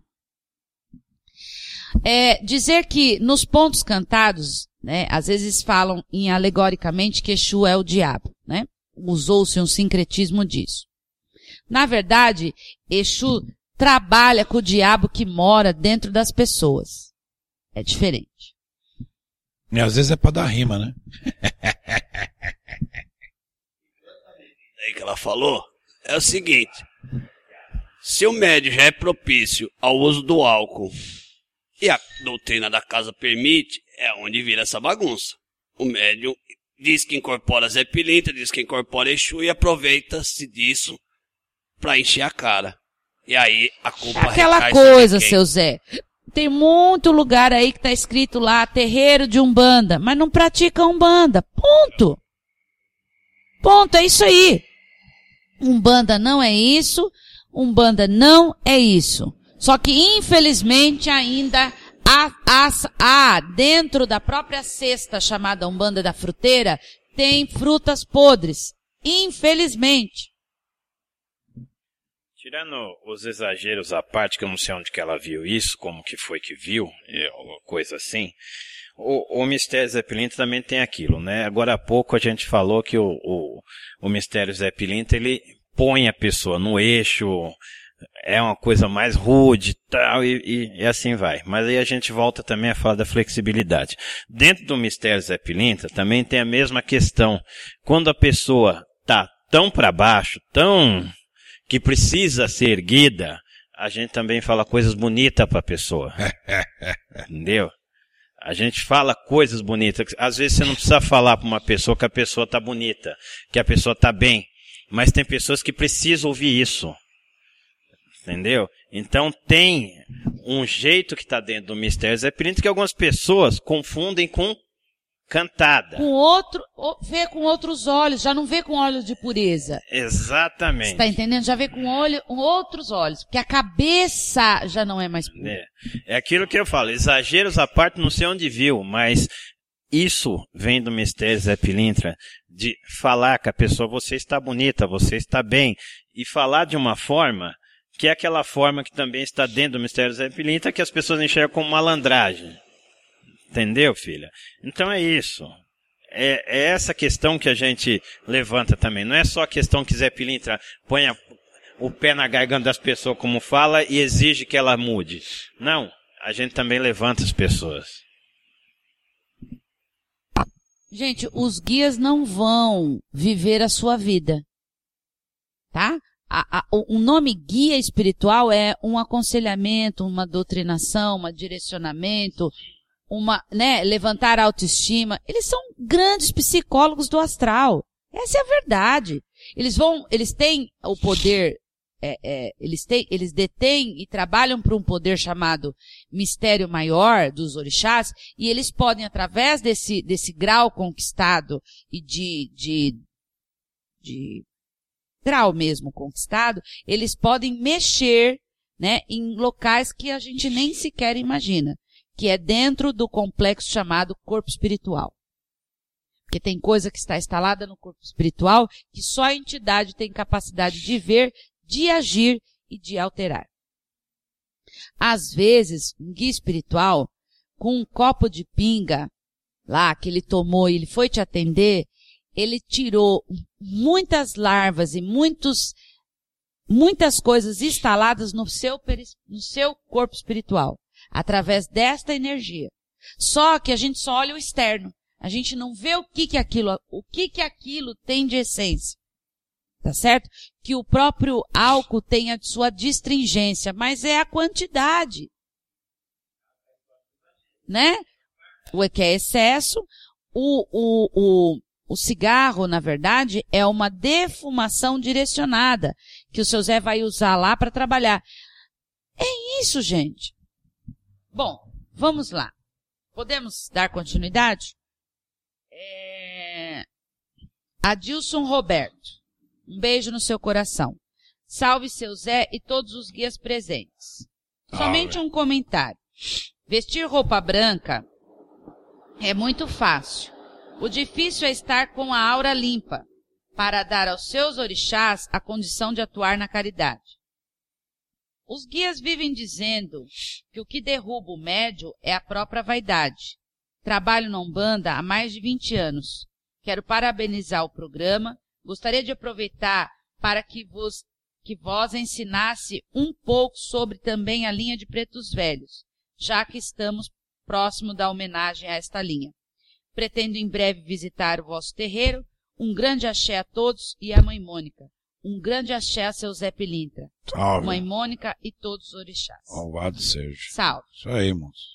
É, dizer que nos pontos cantados, né, às vezes falam em alegoricamente que Exu é o diabo, né? Usou-se um sincretismo disso. Na verdade, Exu trabalha com o diabo que mora dentro das pessoas. É diferente. E às vezes é para dar rima, né? Aí que ela falou é o seguinte: se o médium já é propício ao uso do álcool e a doutrina da casa permite, é onde vira essa bagunça. O médium diz que incorpora Zé Pilintra, diz que incorpora Exu e aproveita-se disso pra encher a cara. E aí a culpa Aquela recai coisa, sobre quem? seu Zé. Tem muito lugar aí que tá escrito lá, terreiro de Umbanda, mas não pratica Umbanda. Ponto. Ponto, é isso aí. Umbanda não é isso, Umbanda não é isso. Só que, infelizmente, ainda há, há, há, dentro da própria cesta chamada Umbanda da Fruteira, tem frutas podres. Infelizmente. Tirando os exageros à parte, que eu não sei onde que ela viu isso, como que foi que viu, coisa assim, o, o Mistério Zé Pilintra também tem aquilo, né? Agora há pouco a gente falou que o, o, o Mistério Zé Pilintra, ele põe a pessoa no eixo, é uma coisa mais rude tal, e, e, e assim vai. Mas aí a gente volta também a falar da flexibilidade. Dentro do Mistério Zé Pilintra também tem a mesma questão. Quando a pessoa tá tão para baixo, tão que precisa ser erguida, a gente também fala coisas bonitas para a pessoa. Entendeu? A gente fala coisas bonitas. Às vezes você não precisa falar para uma pessoa que a pessoa tá bonita, que a pessoa tá bem. Mas tem pessoas que precisam ouvir isso. Entendeu? Então tem um jeito que está dentro do Mistério Zé Pilintra que algumas pessoas confundem com cantada. Com outro, vê com outros olhos, já não vê com olhos de pureza. Exatamente. Você está entendendo? Já vê com, olho, com outros olhos, porque a cabeça já não é mais pura. É. é aquilo que eu falo, exageros à parte, não sei onde viu, mas isso vem do Mistério Zé Pilintra, de falar com a pessoa, você está bonita, você está bem, e falar de uma forma que é aquela forma que também está dentro do Mistério Zé Pilintra, que as pessoas enxergam como malandragem. Entendeu, filha? Então é isso. É, é essa questão que a gente levanta também. Não é só a questão que Zé Pilintra põe a, o pé na garganta das pessoas, como fala, e exige que ela mude. Não. A gente também levanta as pessoas. Gente, os guias não vão viver a sua vida. Tá? A, a, o nome guia espiritual é um aconselhamento, uma doutrinação, um direcionamento, uma, né, levantar a autoestima. Eles são grandes psicólogos do astral. Essa é a verdade. Eles vão, eles têm o poder, é, é, eles têm, eles detêm e trabalham por um poder chamado mistério maior dos orixás, e eles podem, através desse, desse grau conquistado e de, de, de grau mesmo conquistado, eles podem mexer, né, em locais que a gente nem sequer imagina, que é dentro do complexo chamado corpo espiritual. Porque tem coisa que está instalada no corpo espiritual que só a entidade tem capacidade de ver, de agir e de alterar. Às vezes, um guia espiritual, com um copo de pinga lá que ele tomou e ele foi te atender, ele tirou muitas larvas e muitos, muitas coisas instaladas no seu, no seu corpo espiritual, através desta energia. Só que a gente só olha o externo. A gente não vê o que que aquilo, o que que aquilo tem de essência. Tá certo? Que o próprio álcool tem a sua distringência, mas é a quantidade. Né? O que é excesso, o, o, o, o cigarro, na verdade, é uma defumação direcionada, que o seu Zé vai usar lá para trabalhar. É isso, gente. Bom, vamos lá. Podemos dar continuidade? É... Adilson Roberto. Um beijo no seu coração. Salve seu Zé e todos os guias presentes. Somente um comentário. Vestir roupa branca é muito fácil. O difícil é estar com a aura limpa, para dar aos seus orixás a condição de atuar na caridade. Os guias vivem dizendo que o que derruba o médio é a própria vaidade. Trabalho na Umbanda há mais de vinte anos. Quero parabenizar o programa. Gostaria de aproveitar para que vos, que vós ensinasse um pouco sobre também a linha de Pretos Velhos, já que estamos próximo da homenagem a esta linha. Pretendo em breve visitar o vosso terreiro. Um grande axé a todos e a Mãe Mônica. Um grande axé a seu Zé Pilintra. Salve. Mãe Mônica e todos os orixás. Louvado seja. Salve. Isso aí, moço.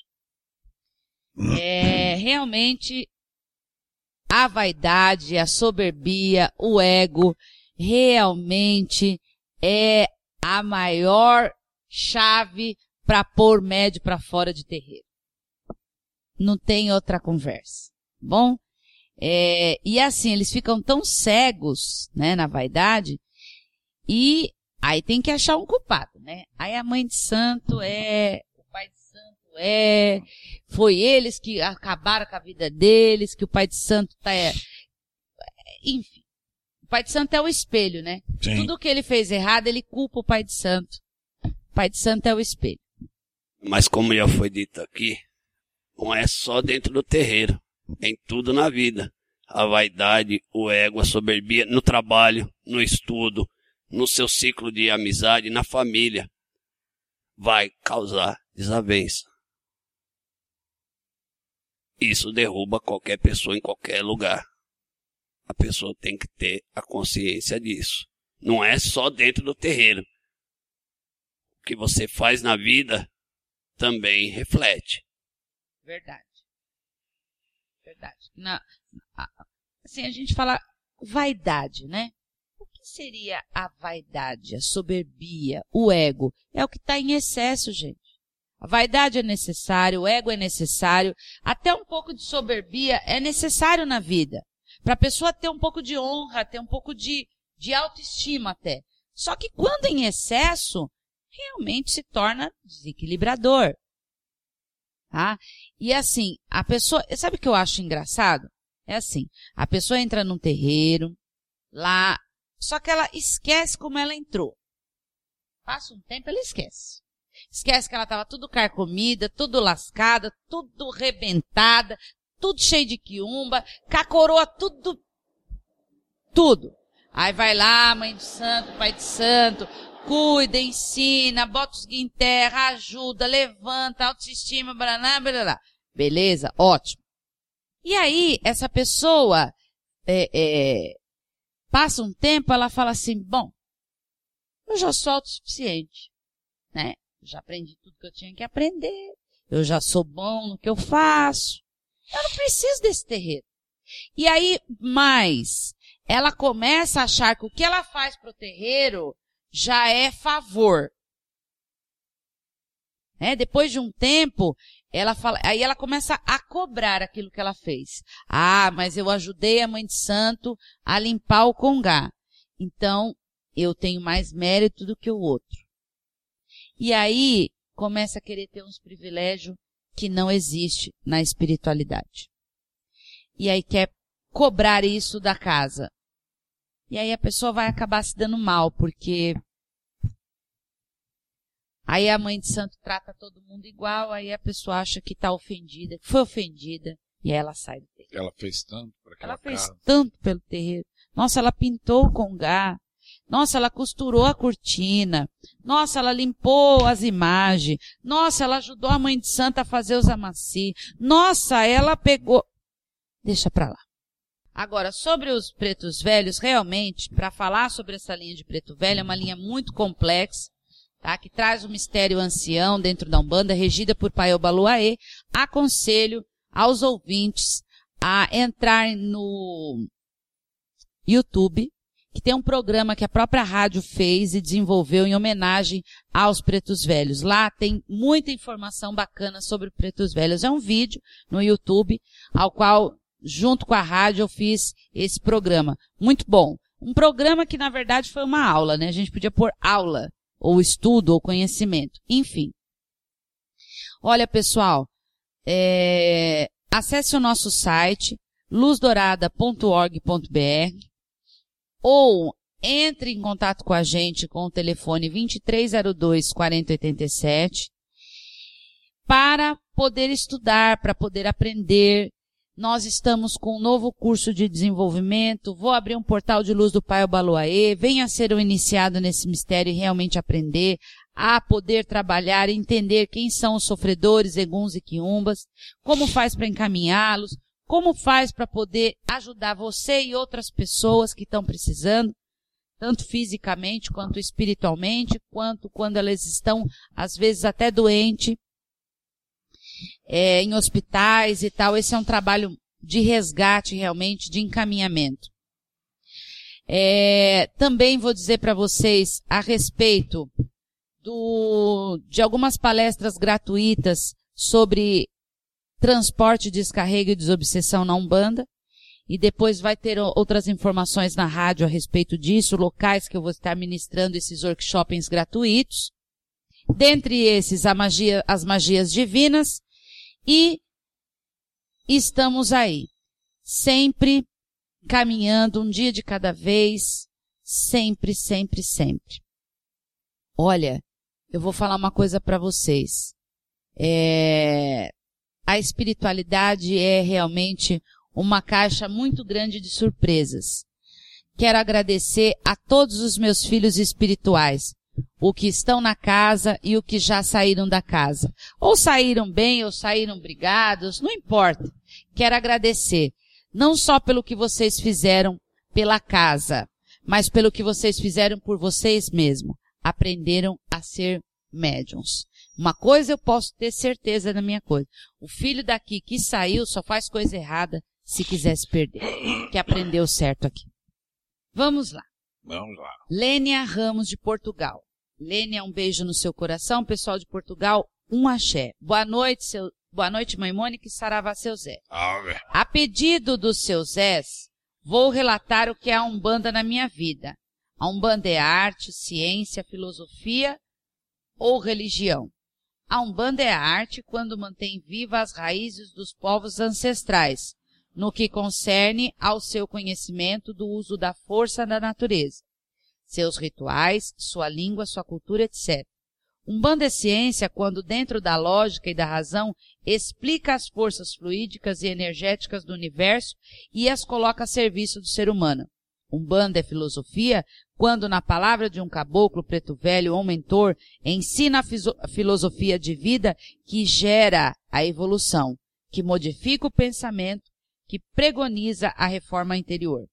É, realmente, a vaidade, a soberbia, o ego, realmente é a maior chave para pôr médio para fora de terreiro. Não tem outra conversa. Bom? É, e assim, eles ficam tão cegos, né, na vaidade, e aí tem que achar um culpado, né? Aí a mãe de santo é, o pai de santo é, foi eles que acabaram com a vida deles, que o pai de santo tá, é, enfim. O pai de santo é o espelho, né? Sim. Tudo que ele fez errado, ele culpa o pai de santo. O pai de santo é o espelho. Mas como já foi dito aqui, não é só dentro do terreiro. Em tudo na vida. A vaidade, o ego, a soberbia, no trabalho, no estudo, no seu ciclo de amizade, na família, vai causar desavença. Isso derruba qualquer pessoa em qualquer lugar. A pessoa tem que ter a consciência disso. Não é só dentro do terreiro. O que você faz na vida também reflete. Verdade. Verdade. Na, assim, a gente fala vaidade, né? O que seria a vaidade, a soberbia, o ego? É o que está em excesso, gente. A vaidade é necessário, o ego é necessário, até um pouco de soberbia é necessário na vida. Para a pessoa ter um pouco de honra, ter um pouco de, de autoestima até. Só que quando em excesso, realmente se torna desequilibrador. Tá? E assim, a pessoa, sabe o que eu acho engraçado? É assim, a pessoa entra num terreiro, lá, só que ela esquece como ela entrou. Passa um tempo, ela esquece. Esquece que ela estava tudo carcomida, tudo lascada, tudo rebentada, tudo cheio de quiumba, com a coroa tudo, tudo. Aí vai lá, mãe de santo, pai de santo, cuida, ensina, bota os guias em terra, ajuda, levanta, autoestima, blá, blá, blá, blá. Beleza? Ótimo. E aí, essa pessoa, é, é, passa um tempo, ela fala assim, bom, eu já sou autossuficiente, né? Já aprendi tudo que eu tinha que aprender, eu já sou bom no que eu faço, eu não preciso desse terreiro. E aí, mais, ela começa a achar que o que ela faz pro terreiro já é favor. Né? Depois de um tempo, ela fala, aí ela começa a cobrar aquilo que ela fez. Ah, mas eu ajudei a mãe de santo a limpar o congá. Então, eu tenho mais mérito do que o outro. E aí, começa a querer ter uns privilégios que não existe na espiritualidade. E aí quer cobrar isso da casa. E aí a pessoa vai acabar se dando mal, porque aí a mãe de santo trata todo mundo igual, aí a pessoa acha que está ofendida, que foi ofendida, e aí ela sai do terreiro. Ela fez tanto para aquela Ela fez casa. tanto pelo terreiro. Nossa, ela pintou o congá. Nossa, ela costurou a cortina. Nossa, ela limpou as imagens. Nossa, ela ajudou a mãe de santo a fazer os amaci. Nossa, ela pegou... Deixa pra lá. Agora, sobre os pretos velhos, realmente, para falar sobre essa linha de preto velho, é uma linha muito complexa, tá? Que traz o mistério ancião dentro da Umbanda, regida por Paiô Baluaê. Aconselho aos ouvintes a entrar no YouTube, que tem um programa que a própria rádio fez e desenvolveu em homenagem aos pretos velhos. Lá tem muita informação bacana sobre pretos velhos. É um vídeo no YouTube, ao qual junto com a rádio, eu fiz esse programa. Muito bom. Um programa que, na verdade, foi uma aula, né? A gente podia pôr aula, ou estudo, ou conhecimento. Enfim. Olha, pessoal, é... acesse o nosso site, luz dourada ponto org ponto b r, ou entre em contato com a gente com o telefone vinte e três zero dois, quarenta, oitenta e sete, para poder estudar, para poder aprender. Nós estamos com um novo curso de desenvolvimento. Vou abrir um portal de luz do Pai Obaloaê. Venha ser um iniciado nesse mistério e realmente aprender a poder trabalhar, entender quem são os sofredores, eguns e quiumbas, como faz para encaminhá-los, como faz para poder ajudar você e outras pessoas que estão precisando, tanto fisicamente quanto espiritualmente, quanto quando elas estão, às vezes, até doentes, É, em hospitais e tal. Esse é um trabalho de resgate realmente, de encaminhamento. É, também vou dizer para vocês a respeito do, de algumas palestras gratuitas sobre transporte, descarrego e desobsessão na Umbanda, e depois vai ter outras informações na rádio a respeito disso, locais que eu vou estar ministrando esses workshops gratuitos. Dentre esses, a magia, as magias divinas. E estamos aí, sempre caminhando um dia de cada vez, sempre, sempre, sempre. Olha, eu vou falar uma coisa para vocês. É, a espiritualidade é realmente uma caixa muito grande de surpresas. Quero agradecer a todos os meus filhos espirituais, o que estão na casa e o que já saíram da casa. Ou saíram bem, ou saíram brigados, não importa. Quero agradecer, não só pelo que vocês fizeram pela casa, mas pelo que vocês fizeram por vocês mesmos. Aprenderam a ser médiums. Uma coisa eu posso ter certeza da minha coisa. O filho daqui que saiu só faz coisa errada se quiser se perder. Que aprendeu certo aqui. Vamos lá. Vamos lá. Lênia Ramos de Portugal. Lênia, um beijo no seu coração. Pessoal de Portugal, um axé. Boa noite, seu... Boa noite, mãe Mônica, e saravá, seu Zé. Ave. A pedido dos seus Zés, vou relatar o que é a Umbanda na minha vida. A Umbanda é arte, ciência, filosofia ou religião. A Umbanda é arte quando mantém vivas as raízes dos povos ancestrais, no que concerne ao seu conhecimento do uso da força da natureza, seus rituais, sua língua, sua cultura, etcétera. Umbanda é ciência quando, dentro da lógica e da razão, explica as forças fluídicas e energéticas do universo e as coloca a serviço do ser humano. Umbanda é filosofia quando, na palavra de um caboclo preto velho ou mentor, ensina a filosofia de vida que gera a evolução, que modifica o pensamento, que pregoniza a reforma interior.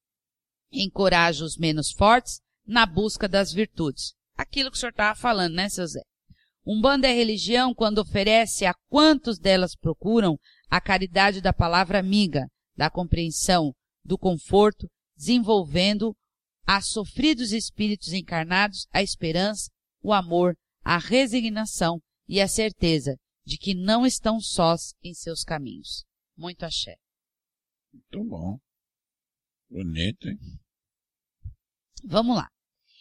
Encoraja os menos fortes na busca das virtudes. Aquilo que o senhor estava falando, né, seu Zé? Umbanda é religião quando oferece a quantos delas procuram a caridade da palavra amiga, da compreensão, do conforto, desenvolvendo a sofridos espíritos encarnados a esperança, o amor, a resignação e a certeza de que não estão sós em seus caminhos. Muito axé. Muito bom. Bonito, hein? Vamos lá.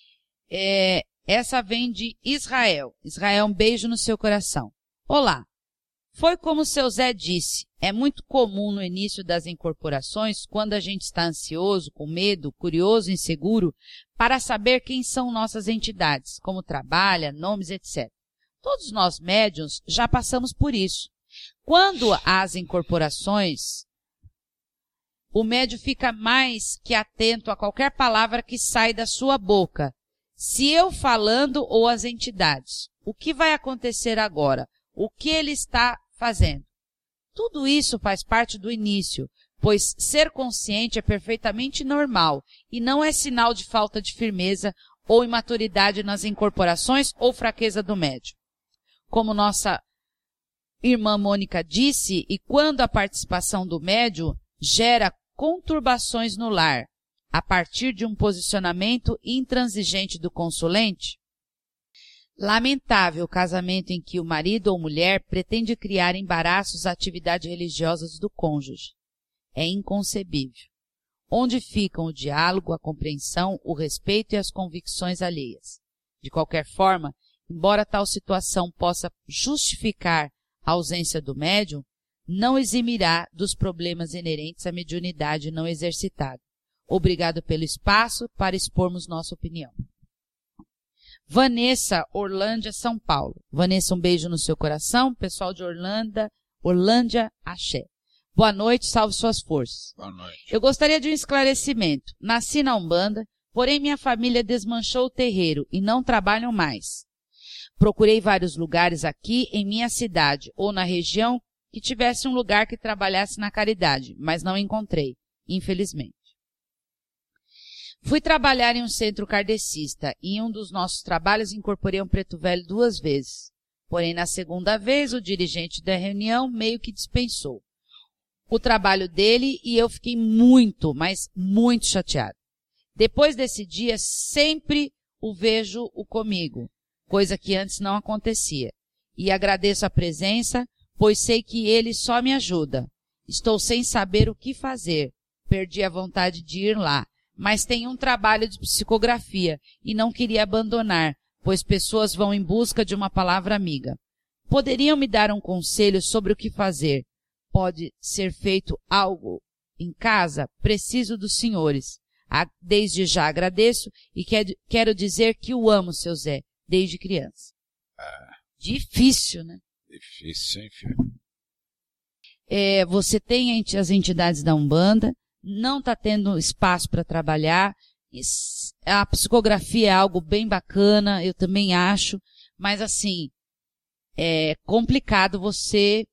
É, essa vem de Israel. Israel, um beijo no seu coração. Olá. Foi como o seu Zé disse, é muito comum no início das incorporações, quando a gente está ansioso, com medo, curioso, inseguro, para saber quem são nossas entidades, como trabalha, nomes, etcétera. Todos nós médiuns já passamos por isso. Quando as incorporações, o médium fica mais que atento a qualquer palavra que sai da sua boca, se eu falando ou as entidades. O que vai acontecer agora? O que ele está fazendo? Tudo isso faz parte do início, pois ser consciente é perfeitamente normal e não é sinal de falta de firmeza ou imaturidade nas incorporações ou fraqueza do médium. Como nossa irmã Mônica disse, e quando a participação do médium gera conturbações no lar, a partir de um posicionamento intransigente do consulente, lamentável o casamento em que o marido ou mulher pretende criar embaraços às atividades religiosas do cônjuge. é inconcebível. Onde ficam o diálogo, a compreensão, o respeito e as convicções alheias? De qualquer forma, embora tal situação possa justificar a ausência do médium, não eximirá dos problemas inerentes à mediunidade não exercitada. Obrigado pelo espaço para expormos nossa opinião. Vanessa, Orlândia, São Paulo. Vanessa, um beijo no seu coração. Pessoal de Orlândia, Orlândia, axé. Boa noite, salve suas forças. Boa noite. Eu gostaria de um esclarecimento. Nasci na Umbanda, porém minha família desmanchou o terreiro e não trabalham mais. Procurei vários lugares aqui em minha cidade ou na região que tivesse um lugar que trabalhasse na caridade, mas não encontrei, infelizmente. Fui trabalhar em um centro kardecista e em um dos nossos trabalhos incorporei um preto velho duas vezes. Porém, na segunda vez, o dirigente da reunião meio que dispensou o trabalho dele e eu fiquei muito, mas muito chateado. Depois desse dia, sempre o vejo o comigo, coisa que antes não acontecia. E agradeço a presença, pois sei que ele só me ajuda. Estou sem saber o que fazer. Perdi a vontade de ir lá, mas tenho um trabalho de psicografia e não queria abandonar, pois pessoas vão em busca de uma palavra amiga. Poderiam me dar um conselho sobre o que fazer? Pode ser feito algo em casa? Preciso dos senhores. Desde já agradeço e quero dizer que o amo, seu Zé, desde criança. Ah, difícil, né? Difícil, hein, filho? É, você tem as entidades da Umbanda, não está tendo espaço para trabalhar. A psicografia é algo bem bacana, eu também acho, mas assim, é complicado você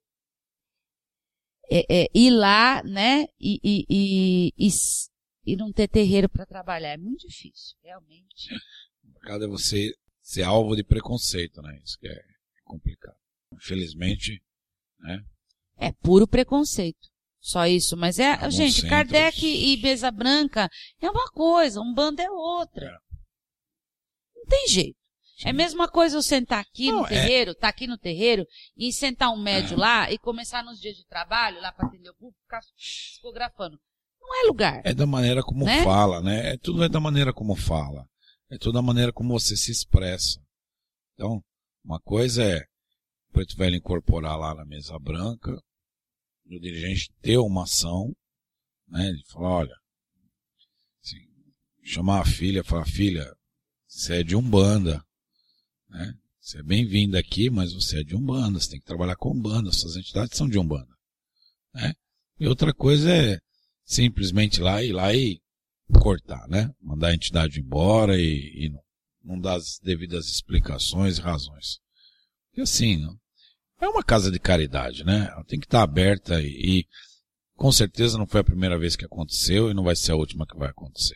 é, é, ir lá, né, e, e, e, e, e não ter terreiro para trabalhar. É muito difícil, realmente. O complicado é você ser alvo de preconceito, né? Isso que é complicado. Infelizmente, né? É puro preconceito. Só isso, mas é, Alguns gente, centros... Kardec e Mesa Branca é uma coisa, Umbanda é outra. É. Não tem jeito. Sim. É a mesma coisa eu sentar aqui Não, no terreiro, é... tá aqui no terreiro, e sentar um médio é. lá e começar nos dias de trabalho, lá para atender o público, ficar psicografando. Não é lugar. É da maneira como né? fala, né? É, tudo é da maneira como fala. É tudo da maneira como você se expressa. Então, uma coisa é o preto velho incorporar lá na Mesa Branca, o dirigente ter uma ação, né? Ele fala, olha, assim, chamar a filha, falar, filha, você é de Umbanda, né? Você é bem-vinda aqui, mas você é de Umbanda, você tem que trabalhar com Umbanda, suas entidades são de Umbanda, né? E outra coisa é simplesmente lá ir lá e cortar, né? Mandar a entidade embora e, e não, não dar as devidas explicações e razões. E assim, não. É uma casa de caridade, né? Ela tem que estar aberta e, e com certeza não foi a primeira vez que aconteceu e não vai ser a última que vai acontecer.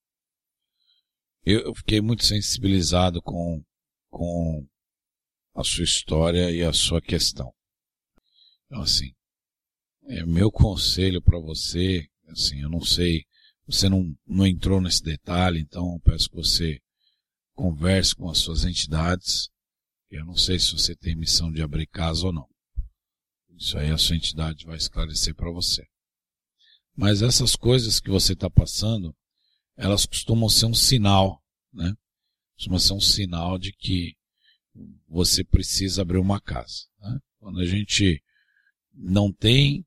Eu, eu fiquei muito sensibilizado com, com a sua história e a sua questão. Então, assim, é meu conselho para você, assim, eu não sei, você não, não entrou nesse detalhe, então eu peço que você converse com as suas entidades. Eu não sei se você tem missão de abrir casa ou não. Isso aí a sua entidade vai esclarecer para você. Mas essas coisas que você está passando, elas costumam ser um sinal, né? Costumam ser um sinal de que você precisa abrir uma casa, né? Quando a gente não tem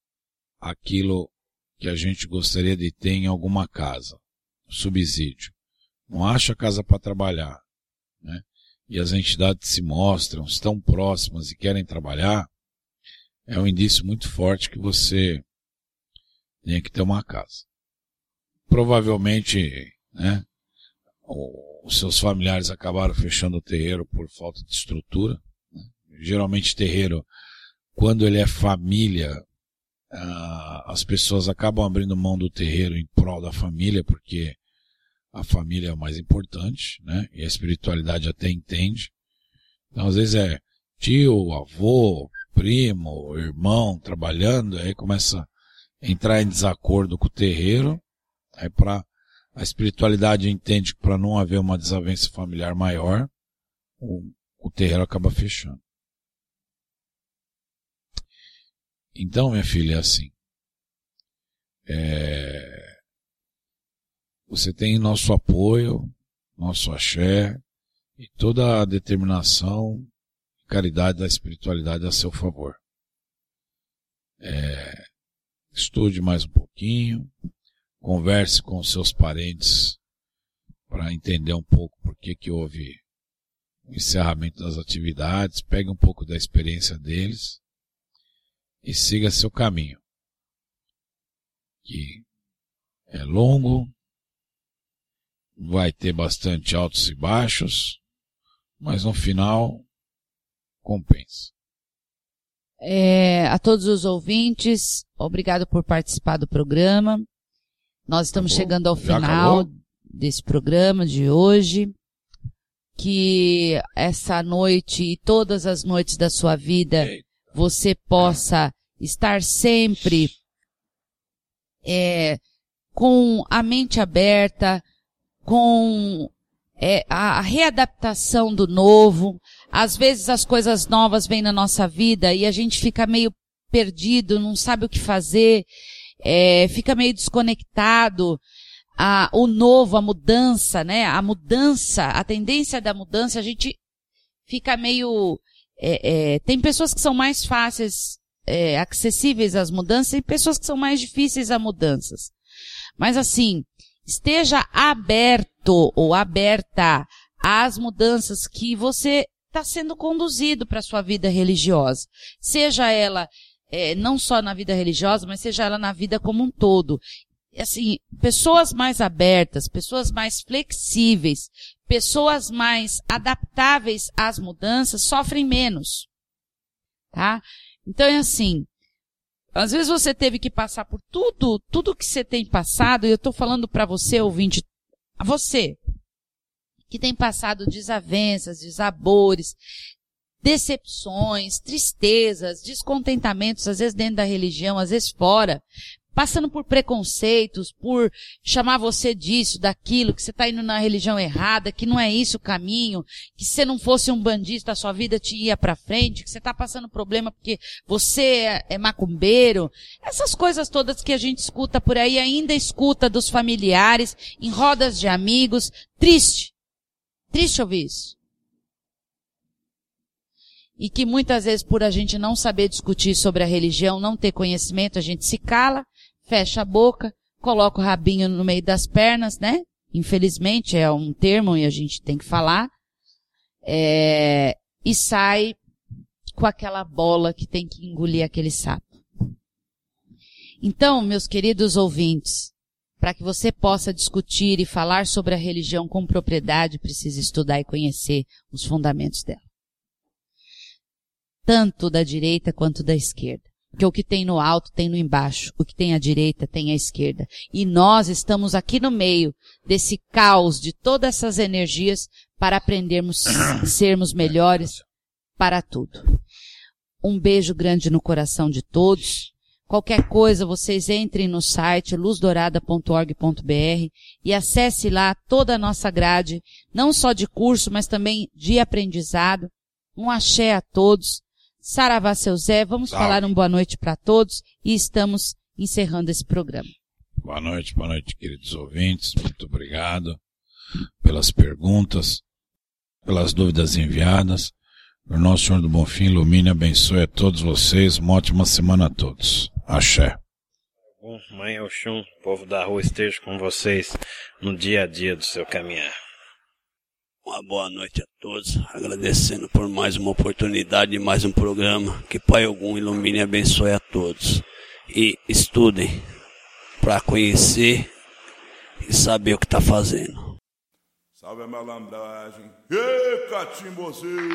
aquilo que a gente gostaria de ter em alguma casa, subsídio, não acha casa para trabalhar, né? E as entidades se mostram, estão próximas e querem trabalhar, é um indício muito forte que você tenha que ter uma casa. Provavelmente, né, os seus familiares acabaram fechando o terreiro por falta de estrutura, né? Geralmente terreiro, quando ele é família, ah, as pessoas acabam abrindo mão do terreiro em prol da família, porque a família é o mais importante, né? E a espiritualidade até entende. Então, às vezes é tio, avô, primo, irmão trabalhando, aí começa a entrar em desacordo com o terreiro. Aí para a espiritualidade entende que para não haver uma desavença familiar maior, o, o terreiro acaba fechando. Então, minha filha, é assim. É, você tem nosso apoio, nosso axé e toda a determinação e caridade da espiritualidade a seu favor. É, estude mais um pouquinho, converse com seus parentes para entender um pouco por que que houve o encerramento das atividades, pegue um pouco da experiência deles e siga seu caminho, que é longo, vai ter bastante altos e baixos, mas no final compensa. É, a todos os ouvintes, obrigado por participar do programa. Nós estamos Acabou? chegando ao Já final acabou? desse programa de hoje. Que essa noite e todas as noites da sua vida você possa estar sempre é, com a mente aberta, com é, a, a readaptação do novo. Às vezes as coisas novas vêm na nossa vida e a gente fica meio perdido, não sabe o que fazer, é, fica meio desconectado. A, o novo, a mudança, né? A mudança, a tendência da mudança, a gente fica meio... É, é, tem pessoas que são mais fáceis, é, acessíveis às mudanças e pessoas que são mais difíceis a mudanças. Mas assim, esteja aberto ou aberta às mudanças que você está sendo conduzido para a sua vida religiosa. Seja ela é, não só na vida religiosa, mas seja ela na vida como um todo. Assim, pessoas mais abertas, pessoas mais flexíveis, pessoas mais adaptáveis às mudanças sofrem menos, tá? Então é assim, às vezes você teve que passar por tudo, tudo que você tem passado, e eu estou falando para você, ouvinte, a você, que tem passado desavenças, desabores, decepções, tristezas, descontentamentos, às vezes dentro da religião, às vezes fora, passando por preconceitos, por chamar você disso, daquilo, que você está indo na religião errada, que não é isso o caminho, que se você não fosse um bandista, a sua vida te ia para frente, que você está passando problema porque você é, é macumbeiro. Essas coisas todas que a gente escuta por aí, ainda escuta dos familiares, em rodas de amigos. Triste. Triste ouvir isso. E que muitas vezes, por a gente não saber discutir sobre a religião, não ter conhecimento, a gente se cala, fecha a boca, coloca o rabinho no meio das pernas, né? Infelizmente é um termo e a gente tem que falar. É, e sai com aquela bola que tem que engolir aquele sapo. Então, meus queridos ouvintes, para que você possa discutir e falar sobre a religião com propriedade, precisa estudar e conhecer os fundamentos dela. Tanto da direita quanto da esquerda. Porque o que tem no alto tem no embaixo, o que tem à direita tem à esquerda. E nós estamos aqui no meio desse caos de todas essas energias para aprendermos a sermos melhores para tudo. Um beijo grande no coração de todos. Qualquer coisa, vocês entrem no site luz dourada ponto org ponto br e acesse lá toda a nossa grade, não só de curso, mas também de aprendizado. Um axé a todos. Saravá, seu Zé, vamos Salve. Falar uma boa noite para todos e estamos encerrando esse programa. Boa noite, boa noite, queridos ouvintes. Muito obrigado pelas perguntas, pelas dúvidas enviadas. O nosso Senhor do Bonfim ilumine e abençoe a todos vocês. Uma ótima semana a todos. Axé. Bom, Mãe Oxum, povo da rua, esteja com vocês no dia a dia do seu caminhar. Uma boa noite a todos, agradecendo por mais uma oportunidade, mais um programa. Que Pai Ogum ilumine e abençoe a todos. E estudem para conhecer e saber o que está fazendo. Salve a malandragem. Ê, catimbozinho!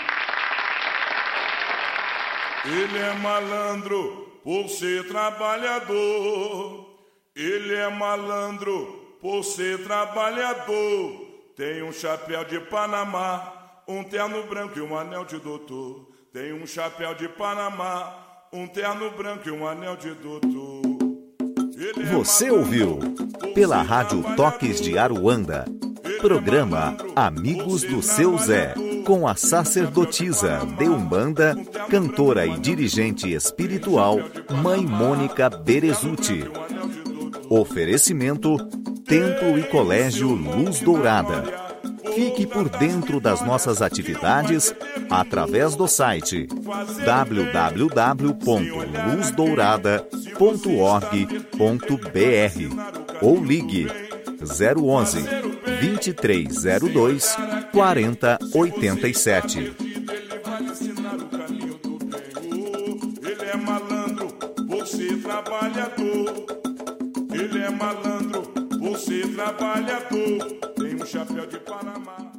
Ele é malandro por ser trabalhador. Ele é malandro por ser trabalhador. Tem um chapéu de Panamá, um terno branco e um anel de doutor. Tem um chapéu de Panamá, um terno branco e um anel de doutor. Ele Você é ouviu, pela Rádio Toques de Aruanda, programa Amigos do Seu Zé, com a sacerdotisa de Umbanda, cantora e dirigente espiritual, Mãe Mônica Berezutti. Oferecimento Templo e Colégio Luz Dourada. Fique por dentro das nossas atividades através do site w w w ponto luz dourada ponto org ponto b r ou ligue zero onze, vinte e três zero dois, quarenta, oitenta e sete. Ele é malandro, você trabalhador. Ele é malandro, você trabalhador. Tem um chapéu de Panamá.